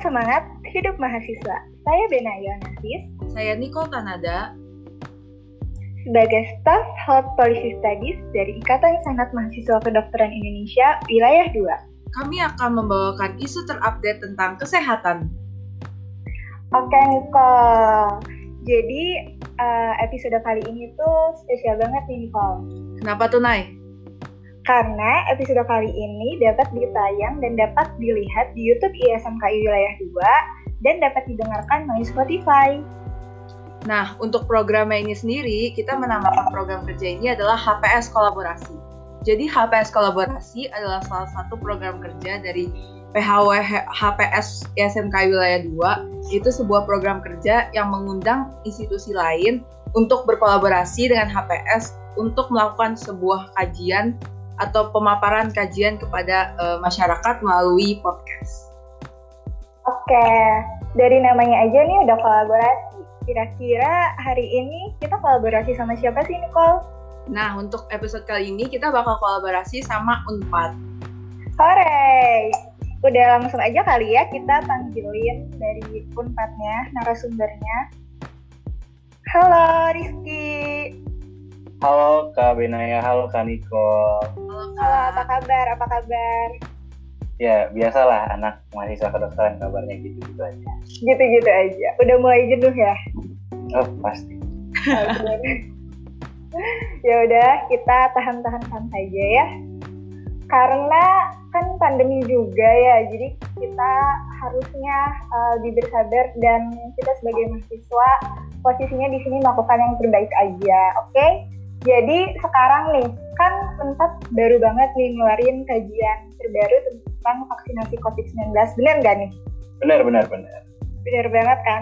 semangat, hidup mahasiswa. Saya Benaya Nafis. Saya Nicole Kanada. Sebagai staf Health Policy Studies dari Ikatan Senat Mahasiswa Kedokteran Indonesia, Wilayah 2. Kami akan membawakan isu terupdate tentang kesehatan. Oke Nicole, jadi episode kali ini tuh spesial banget nih Nicole. Kenapa tuh, Nay? Karena episode kali ini dapat ditayang dan dapat dilihat di YouTube ISMKI Wilayah 2 dan dapat didengarkan melalui Spotify. Nah, untuk programnya ini sendiri, kita menamakan program kerja ini adalah HPS Kolaborasi. Jadi HPS Kolaborasi adalah salah satu program kerja dari PHW HPS ISMKI Wilayah 2, yaitu sebuah program kerja yang mengundang institusi lain untuk berkolaborasi dengan HPS untuk melakukan sebuah kajian atau pemaparan kajian kepada masyarakat melalui podcast. Oke, dari namanya aja nih udah kolaborasi. Kira-kira hari ini kita kolaborasi sama siapa sih, Nicole? Nah, untuk episode kali ini kita bakal kolaborasi sama Unpad. Hore! Udah langsung aja kali ya kita panggilin dari Unpadnya, narasumbernya. Halo Rizky. Halo Kak Benaya, halo Kak Nicole. Halo, apa kabar? Ya, biasalah anak mahasiswa kedokteran kabarnya gitu-gitu aja. Gitu-gitu aja. Udah mulai jenuh ya? Oh, pasti. Ya udah, kita tahan-tahan saja ya. Karena kan pandemi juga ya, jadi kita harusnya lebih bersabar dan kita sebagai mahasiswa posisinya di sini melakukan yang terbaik aja, oke? Jadi sekarang nih, kan Unpad baru banget nih ngeluarin kajian terbaru tentang vaksinasi COVID-19, benar nggak nih? Benar. Benar banget kan?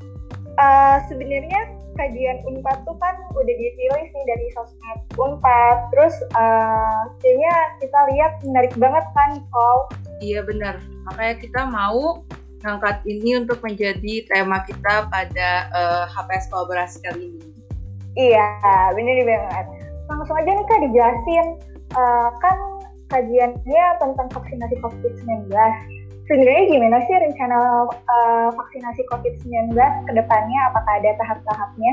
Sebenarnya kajian Unpad tuh kan udah dirilis nih dari sosmed Unpad, terus kayaknya kita lihat menarik banget kan, Nicole? Iya benar, makanya kita mau ngangkat ini untuk menjadi tema kita pada HPS Kolaborasi kali ini. Iya, bener banget. Langsung aja nih Kak dijelasin, kan kajiannya tentang vaksinasi COVID-19. Sebenarnya gimana sih rencana vaksinasi COVID-19 ke depannya? Apakah ada tahap-tahapnya?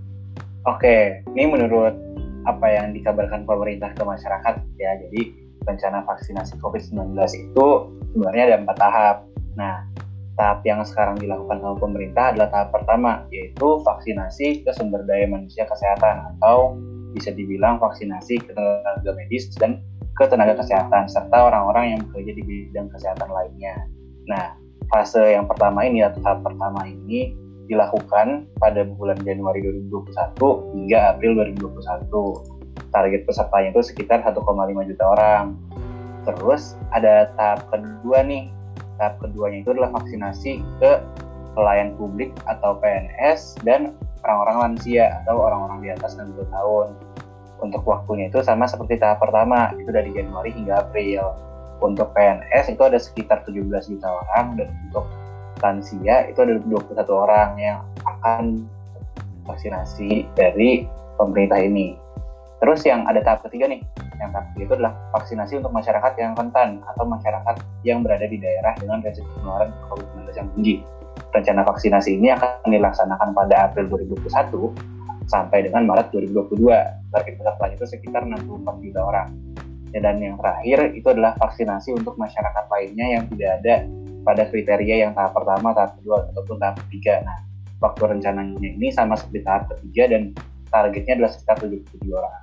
Oke, ini menurut apa yang dikabarkan pemerintah ke masyarakat ya. Jadi rencana vaksinasi COVID-19 itu sebenarnya ada 4 tahap. Nah, tahap yang sekarang dilakukan oleh pemerintah adalah tahap pertama, yaitu vaksinasi ke sumber daya manusia kesehatan atau bisa dibilang vaksinasi ke tenaga medis dan ke tenaga kesehatan serta orang-orang yang bekerja di bidang kesehatan lainnya. Nah, fase yang pertama ini atau tahap pertama ini dilakukan pada bulan Januari 2021 hingga April 2021. Target pesertanya itu sekitar 1,5 juta orang. Terus ada tahap kedua nih. Tahap keduanya itu adalah vaksinasi ke pelayan publik atau PNS dan orang-orang lansia atau orang-orang di atas 60 tahun. Untuk waktunya itu sama seperti tahap pertama, itu dari Januari hingga April. Untuk PNS itu ada sekitar 17 juta orang dan untuk lansia itu ada 21 orang yang akan vaksinasi dari pemerintah ini. Terus yang ada tahap ketiga nih, yang tahap ketiga itu adalah vaksinasi untuk masyarakat yang rentan atau masyarakat yang berada di daerah dengan resiko penularan COVID-19 yang tinggi. Rencana vaksinasi ini akan dilaksanakan pada April 2021 sampai dengan Maret 2022. Target pesertanya itu sekitar 64 juta orang. Dan yang terakhir itu adalah vaksinasi untuk masyarakat lainnya yang tidak ada pada kriteria yang tahap pertama, tahap kedua, ataupun tahap ketiga. Nah, waktu rencananya ini sama seperti tahap ketiga dan targetnya adalah sekitar 77 orang.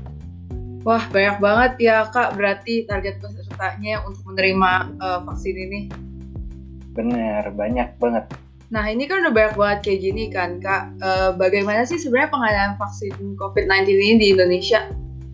Wah, banyak banget ya Kak, berarti target pesertanya untuk menerima vaksin ini. Bener, banyak banget. Nah, ini kan udah banyak banget kayak gini kan Kak. Bagaimana sih sebenarnya pengadaan vaksin COVID-19 ini di Indonesia?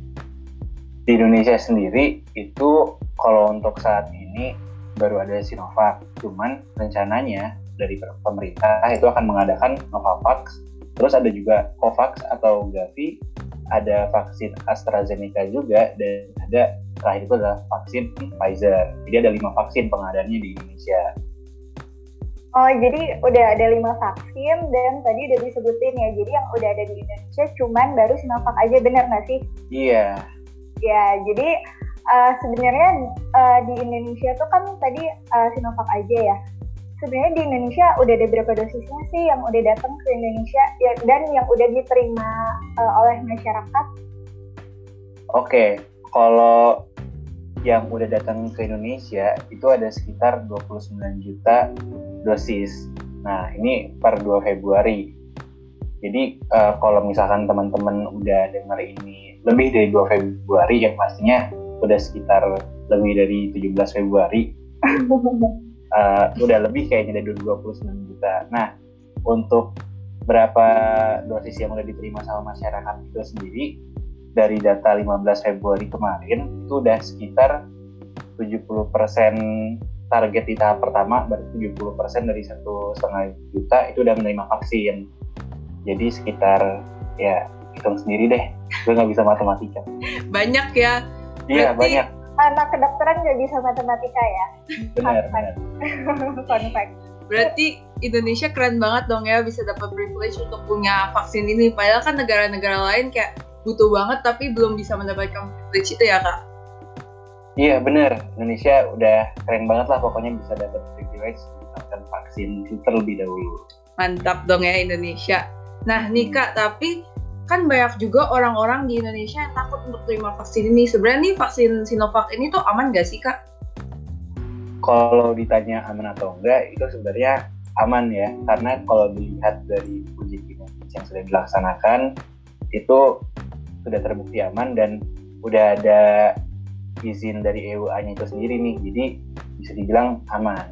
Di Indonesia sendiri itu kalau untuk saat ini baru ada Sinovac. Cuman rencananya dari pemerintah itu akan mengadakan Novavax. Terus ada juga Covax atau Gavi. Ada vaksin AstraZeneca juga, dan ada terakhir itu adalah vaksin Pfizer. Jadi ada 5 vaksin pengadaannya di Indonesia. Oh, jadi udah ada 5 vaksin dan tadi udah disebutin ya. Jadi yang udah ada di Indonesia cuman baru Sinovac aja, benar nggak sih? Iya. Ya, jadi sebenarnya di Indonesia tuh kan tadi Sinovac aja ya. sebenarnya di Indonesia udah ada berapa dosisnya sih yang udah datang ke Indonesia ya, dan yang udah diterima oleh masyarakat? Oke, kalau yang udah datang ke Indonesia itu ada sekitar 29 juta dosis. Nah, ini per 2 Februari. Jadi kalau misalkan teman-teman udah dengar ini lebih dari 2 Februari, yang pastinya udah sekitar lebih dari 17 Februari. Udah lebih kayaknya dari 29 juta. Nah, untuk berapa dosis yang udah diterima sama masyarakat itu sendiri, dari data 15 Februari kemarin itu udah sekitar 70% target di tahap pertama, berarti 70% dari 1,5 juta itu udah menerima vaksin. Jadi sekitar, ya hitung sendiri deh, gue nggak bisa matematika. Banyak ya. Iya, banyak. Anak kedokteran nggak bisa matematika ya? Benar. Fun fact. Berarti Indonesia keren banget dong ya bisa dapat privilege untuk punya vaksin ini. Padahal kan negara-negara lain kayak butuh banget tapi belum bisa mendapatkan privilege itu ya Kak? Iya benar, Indonesia udah keren banget lah pokoknya bisa dapat privilege mendapatkan vaksin terlebih dahulu. Mantap dong ya Indonesia. Nah nih Kak, tapi kan banyak juga orang-orang di Indonesia yang takut untuk terima vaksin ini. Sebenarnya nih vaksin Sinovac ini tuh aman gak sih Kak? Kalau ditanya aman atau enggak, itu sebenarnya aman ya, karena kalau dilihat dari uji klinis yang sudah dilaksanakan itu sudah terbukti aman dan udah ada izin dari EUA-nya itu sendiri nih, jadi bisa dibilang aman.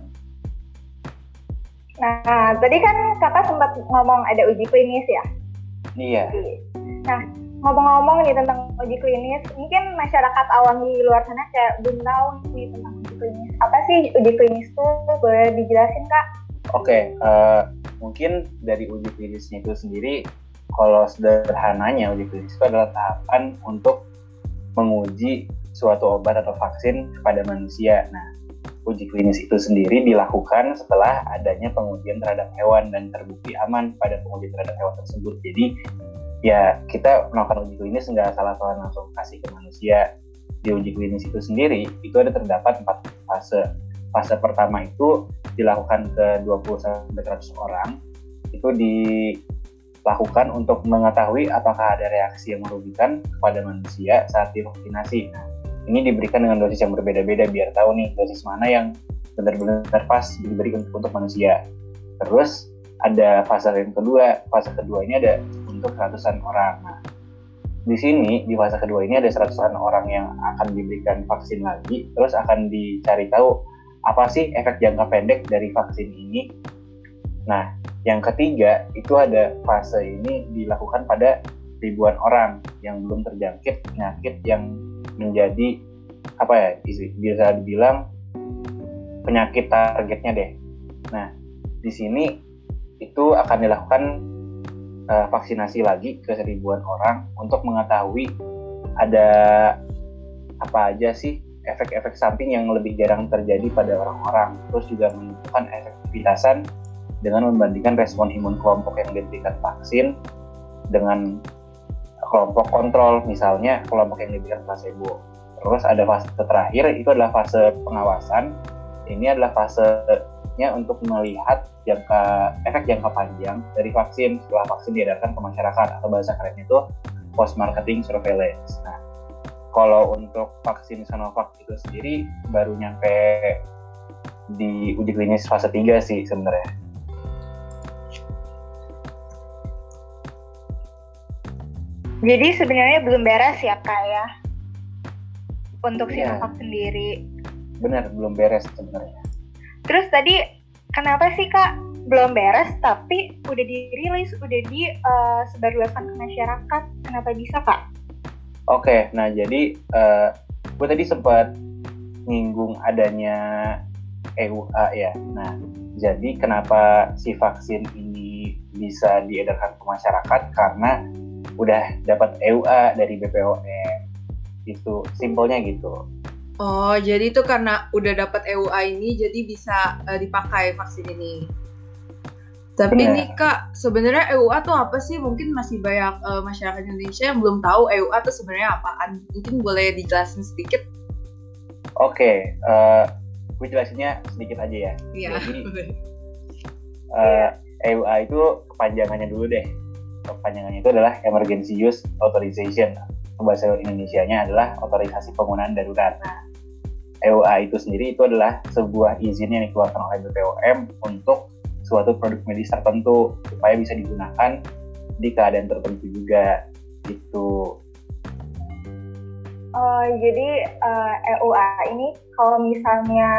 Nah, tadi kan kakak sempat ngomong ada uji klinis ya? Iya. Nah, ngomong-ngomong nih tentang uji klinis, mungkin masyarakat awam di luar sana kayak belum tahu nih tentang uji klinis. Apa sih uji klinis tuh? Boleh dijelasin Kak? Oke, mungkin dari uji klinisnya itu sendiri, kalau sederhananya uji klinis itu adalah tahapan untuk menguji suatu obat atau vaksin kepada manusia. Nah, uji klinis itu sendiri dilakukan setelah adanya pengujian terhadap hewan dan terbukti aman pada pengujian terhadap hewan tersebut. Jadi, ya kita melakukan uji klinis nggak salah-salah langsung kasih ke manusia. Di uji klinis itu sendiri, itu ada terdapat 4 fase. Fase pertama itu dilakukan ke 20-100 orang. Itu dilakukan untuk mengetahui apakah ada reaksi yang merugikan kepada manusia saat divaksinasi. Nah, ini diberikan dengan dosis yang berbeda-beda biar tahu nih dosis mana yang benar-benar pas diberi untuk manusia. Terus ada fase yang kedua. Fase kedua ini ada untuk ratusan orang. Nah, di sini di fase kedua ini ada ratusan orang yang akan diberikan vaksin lagi. Terus akan dicari tahu apa sih efek jangka pendek dari vaksin ini. Nah, yang ketiga itu ada fase ini dilakukan pada ribuan orang yang belum terjangkit penyakit yang menjadi bisa dibilang penyakit targetnya deh. Nah, di sini itu akan dilakukan vaksinasi lagi ke ribuan orang untuk mengetahui ada apa aja sih efek-efek samping yang lebih jarang terjadi pada orang-orang. Terus juga menentukan efektivitasan dengan membandingkan respon imun kelompok yang diberikan vaksin dengan kelompok kontrol, misalnya kelompok yang diberikan placebo. Terus ada fase terakhir, itu adalah fase pengawasan. Ini adalah fasenya untuk melihat efek jangka panjang dari vaksin setelah vaksin diedarkan ke masyarakat, atau bahasa kerennya itu post-marketing surveillance. Nah, kalau untuk vaksin Sinovac itu sendiri baru nyampe di uji klinis fase 3 sih sebenarnya. Jadi sebenarnya belum beres ya Kak ya untuk Sinovac sendiri. Benar, belum beres sebenarnya. Terus tadi kenapa sih Kak belum beres tapi udah dirilis, udah disebarluaskan ke masyarakat? Kenapa bisa Kak? Oke, nah jadi gue tadi sempat nyinggung adanya EUA ya. Nah, jadi kenapa si vaksin ini bisa diedarkan ke masyarakat? Karena udah dapat EUA dari BPOM. Itu simpelnya gitu. Oh, jadi itu karena udah dapat EUA ini jadi bisa dipakai vaksin ini. Tapi nih Kak, sebenarnya EUA tuh apa sih? Mungkin masih banyak masyarakat Indonesia yang belum tahu EUA tuh sebenarnya apaan. Mungkin boleh dijelasin sedikit? Oke, gue jelasinnya sedikit aja ya. Iya. Jadi EUA itu kepanjangannya dulu deh. Kepanjangannya itu adalah Emergency Use Authorization. Bahasa Indonesianya adalah otorisasi penggunaan darurat. Nah, EUA itu sendiri itu adalah sebuah izin yang dikeluarkan oleh BPOM untuk suatu produk medis tertentu supaya bisa digunakan di keadaan tertentu juga gitu. Jadi EUA ini kalau misalnya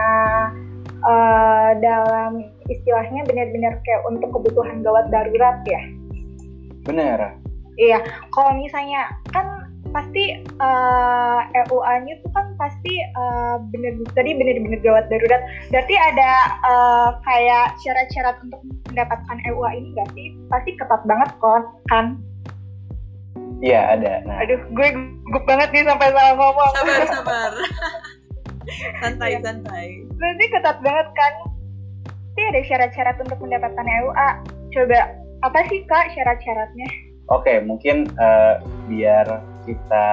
dalam istilahnya benar-benar kayak untuk kebutuhan gawat darurat ya? Benar. Iya, kalau misalnya kan pasti EUA-nya tuh kan pasti benar-benar gawat darurat. Berarti ada kayak syarat-syarat untuk mendapatkan EUA ini nggak sih? Pasti ketat banget kan? Iya, ada. Nah. Aduh, gue gugup banget nih sampai salah ngomong. Sabar. Santai. Berarti ketat banget kan? Pasti ada syarat-syarat untuk mendapatkan EUA. Coba, apa sih Kak syarat-syaratnya? Oke, mungkin biar kita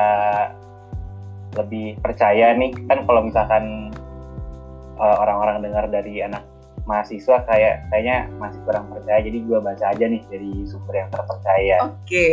lebih percaya nih, kan kalau misalkan orang-orang dengar dari anak mahasiswa kayaknya masih kurang percaya, jadi gue baca aja nih dari sumber yang terpercaya.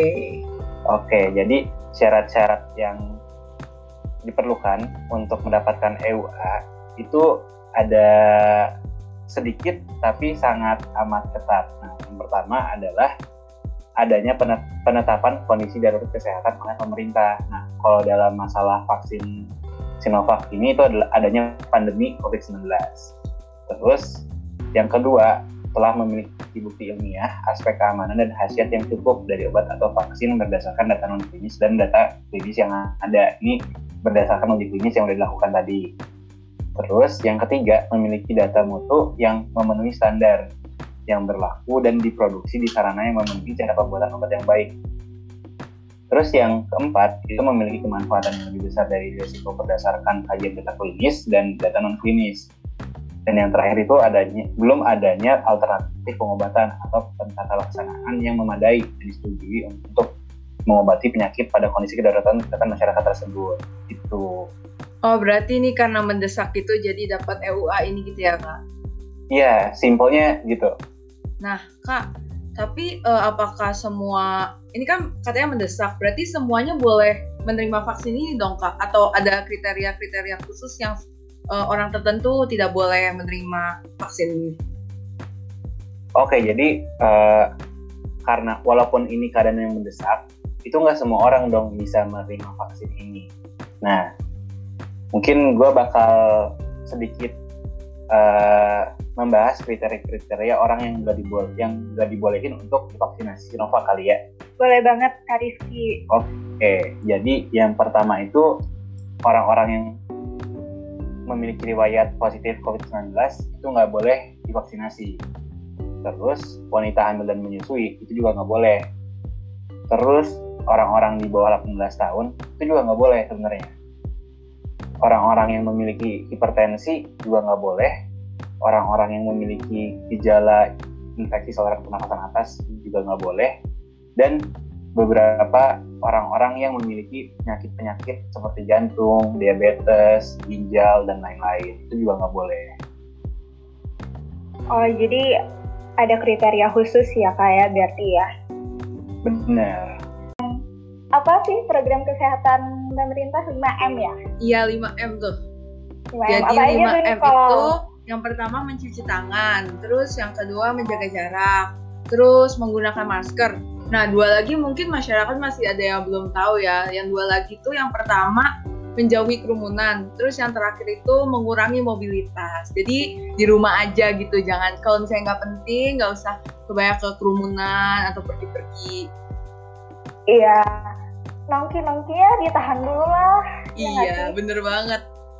Oke, jadi syarat-syarat yang diperlukan untuk mendapatkan EUA itu ada sedikit tapi sangat amat ketat. Nah, yang pertama adalah adanya penetapan kondisi darurat kesehatan oleh pemerintah. Nah, kalau dalam masalah vaksin Sinovac ini itu adalah adanya pandemi COVID-19. Terus, yang kedua, telah memiliki bukti ilmiah, aspek keamanan dan khasiat yang cukup dari obat atau vaksin berdasarkan data non-klinis dan data klinis yang ada. Ini berdasarkan uji klinis yang sudah dilakukan tadi. Terus, yang ketiga, memiliki data mutu yang memenuhi standar yang berlaku dan diproduksi di sarana yang memenuhi cara pembuatan obat yang baik. Terus yang keempat, itu memiliki kemanfaatan yang lebih besar dari risiko berdasarkan kajian data klinis dan data non-klinis. Dan yang terakhir itu belum adanya alternatif pengobatan atau tata laksanaan yang memadai dan disetujui untuk mengobati penyakit pada kondisi kedaruratan kesehatan masyarakat tersebut. Itu. Oh, berarti ini karena mendesak itu jadi dapat EUA ini gitu ya, Kak? Iya, simpelnya gitu. Nah, Kak, tapi apakah semua, ini kan katanya mendesak, berarti semuanya boleh menerima vaksin ini dong, Kak? Atau ada kriteria-kriteria khusus yang orang tertentu tidak boleh menerima vaksin ini? Oke, jadi karena walaupun ini keadaan yang mendesak, itu nggak semua orang dong bisa menerima vaksin ini. Nah, mungkin gue bakal sedikit membahas kriteria-kriteria orang yang nggak dibolehin untuk divaksinasi Sinovac kali ya. Boleh banget, Kak Rizky. Oke, jadi yang pertama itu orang-orang yang memiliki riwayat positif COVID-19 itu nggak boleh divaksinasi. Terus wanita hamil dan menyusui itu juga nggak boleh. Terus orang-orang di bawah 18 tahun itu juga nggak boleh sebenarnya. Orang-orang yang memiliki hipertensi juga nggak boleh. Orang-orang yang memiliki gejala infeksi saluran pernafasan atas juga nggak boleh. Dan beberapa orang-orang yang memiliki penyakit-penyakit seperti jantung, diabetes, ginjal, dan lain-lain itu juga nggak boleh. Oh, jadi ada kriteria khusus ya Kak ya, berarti ya? Benar. Apa sih program kesehatan pemerintah 5M ya? Iya, 5M tuh. 5M. Jadi apa 5M aja itu yang pertama mencuci tangan, terus yang kedua menjaga jarak, terus menggunakan masker. Nah, 2 lagi mungkin masyarakat masih ada yang belum tahu ya. Yang 2 lagi itu yang pertama menjauhi kerumunan, terus yang terakhir itu mengurangi mobilitas. Jadi di rumah aja gitu, jangan kalau misalnya nggak penting nggak usah kebanyakan ke kerumunan atau pergi-pergi. Iya, nongki-nongkinya ditahan dulu lah. Iya, bener banget.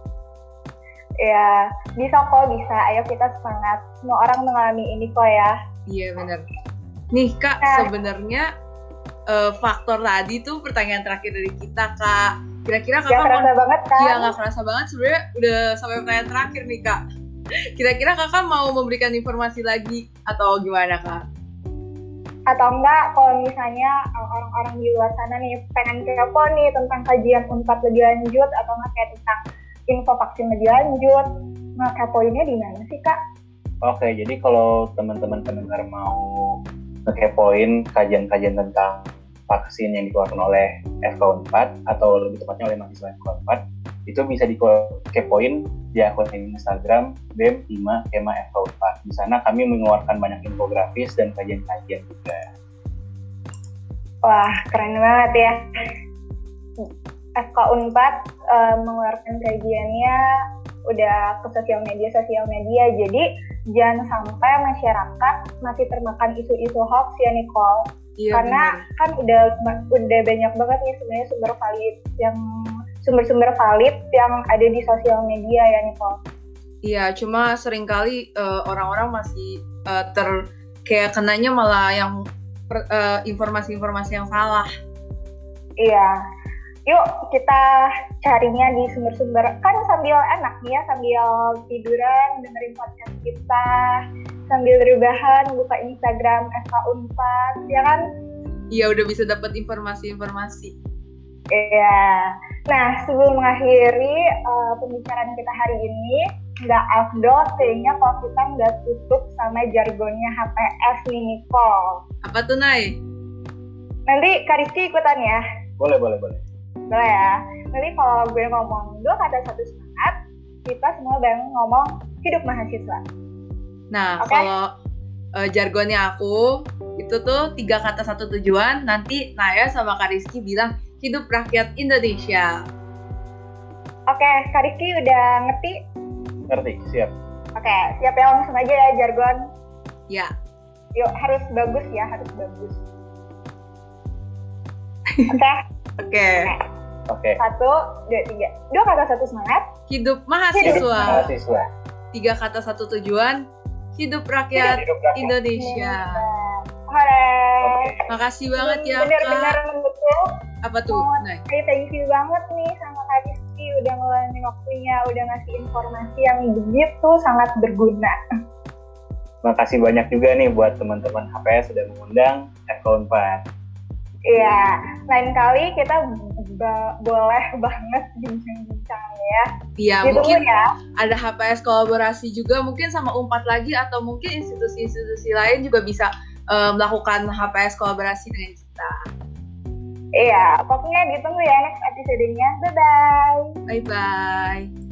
Ya, bisa kok, bisa. Ayo kita semangat. Semua orang mengalami ini kok ya. Iya, bener. Nih Kak, sebenarnya faktor tadi tuh pertanyaan terakhir dari kita, Kak. Kira-kira Kakak gak kerasa banget kan? Iya, gak kerasa banget. Sebenarnya udah sampai pertanyaan terakhir nih, Kak. Kira-kira Kakak mau memberikan informasi lagi atau gimana, Kak? Atau enggak, kalau misalnya orang-orang di luar sana nih pengen kepo nih tentang kajian Unpad lebih lanjut atau enggak kayak tentang info vaksin lebih lanjut, nah kepoinnya di mana sih, Kak? Oke, jadi kalau teman-teman pendengar mau ngekepoin kajian-kajian tentang vaksin yang dikeluarkan oleh FK4 atau lebih tepatnya oleh mahasiswa FK4, itu bisa dikepoin di akun Instagram BEM5 Kema FK4. Di sana kami mengeluarkan banyak infografis dan kajian-kajian juga. Wah, keren banget ya. FK4 mengeluarkan kajiannya udah ke sosial media, jadi jangan sampai masyarakat masih termakan isu-isu hoax ya Nicole. Iya, karena bener. kan udah banyak banget nih sebenarnya sumber-sumber valid yang ada di sosial media ya Nicole. Iya, cuma seringkali orang-orang masih kayak kenanya malah yang informasi-informasi yang salah. Iya. Yuk kita carinya di sumber-sumber, kan sambil enak nih ya, sambil tiduran dengerin podcast kita, sambil rebahan buka Instagram FK4, ya kan? Iya, udah bisa dapat informasi-informasi. Iya. Nah, sebelum mengakhiri pembicaraan kita hari ini, nggak afdol kayaknya kalau kita nggak tutup sama jargonnya HPS nih, Nicole. Apa tuh, Nay? Nanti Kak Rizky ikutan ya? Boleh. Boleh ya. Nanti kalau gue ngomong 2 kata 1 semangat, kita semua bareng ngomong hidup mahasiswa. Nah, Okay? kalau jargonnya aku, itu tuh 3 kata 1 tujuan. Nanti Naya sama Kak Rizky bilang hidup rakyat Indonesia. Oke, Kak Rizky udah ngerti? Ngerti, siap. Oke, siap ya, langsung aja ya jargon. Ya. Yuk, harus bagus ya, harus bagus. Oke? Oke. 1, 2, 3. 2 kata 1 semangat. Hidup mahasiswa. Mahasiswa. 3 kata 1 tujuan. Hidup rakyat Indonesia. Hore. Makasih banget ya, Bener-bener Kak. mendukung. Apa tuh? Nay? Thank you banget nih sama Kak Rizky udah ngeluangin waktunya, udah ngasih informasi yang begitu sangat berguna. Makasih banyak juga nih buat teman-teman HPS sudah mengundang FK4. Iya, lain kali kita boleh banget bincang-bincang ya. Iya, Gitu mungkin ya. ada HPS kolaborasi juga mungkin sama UNPAD lagi atau mungkin institusi-institusi lain juga bisa melakukan HPS kolaborasi dengan kita. Iya, pokoknya ditunggu ya next episode-nya. Bye-bye. Bye-bye.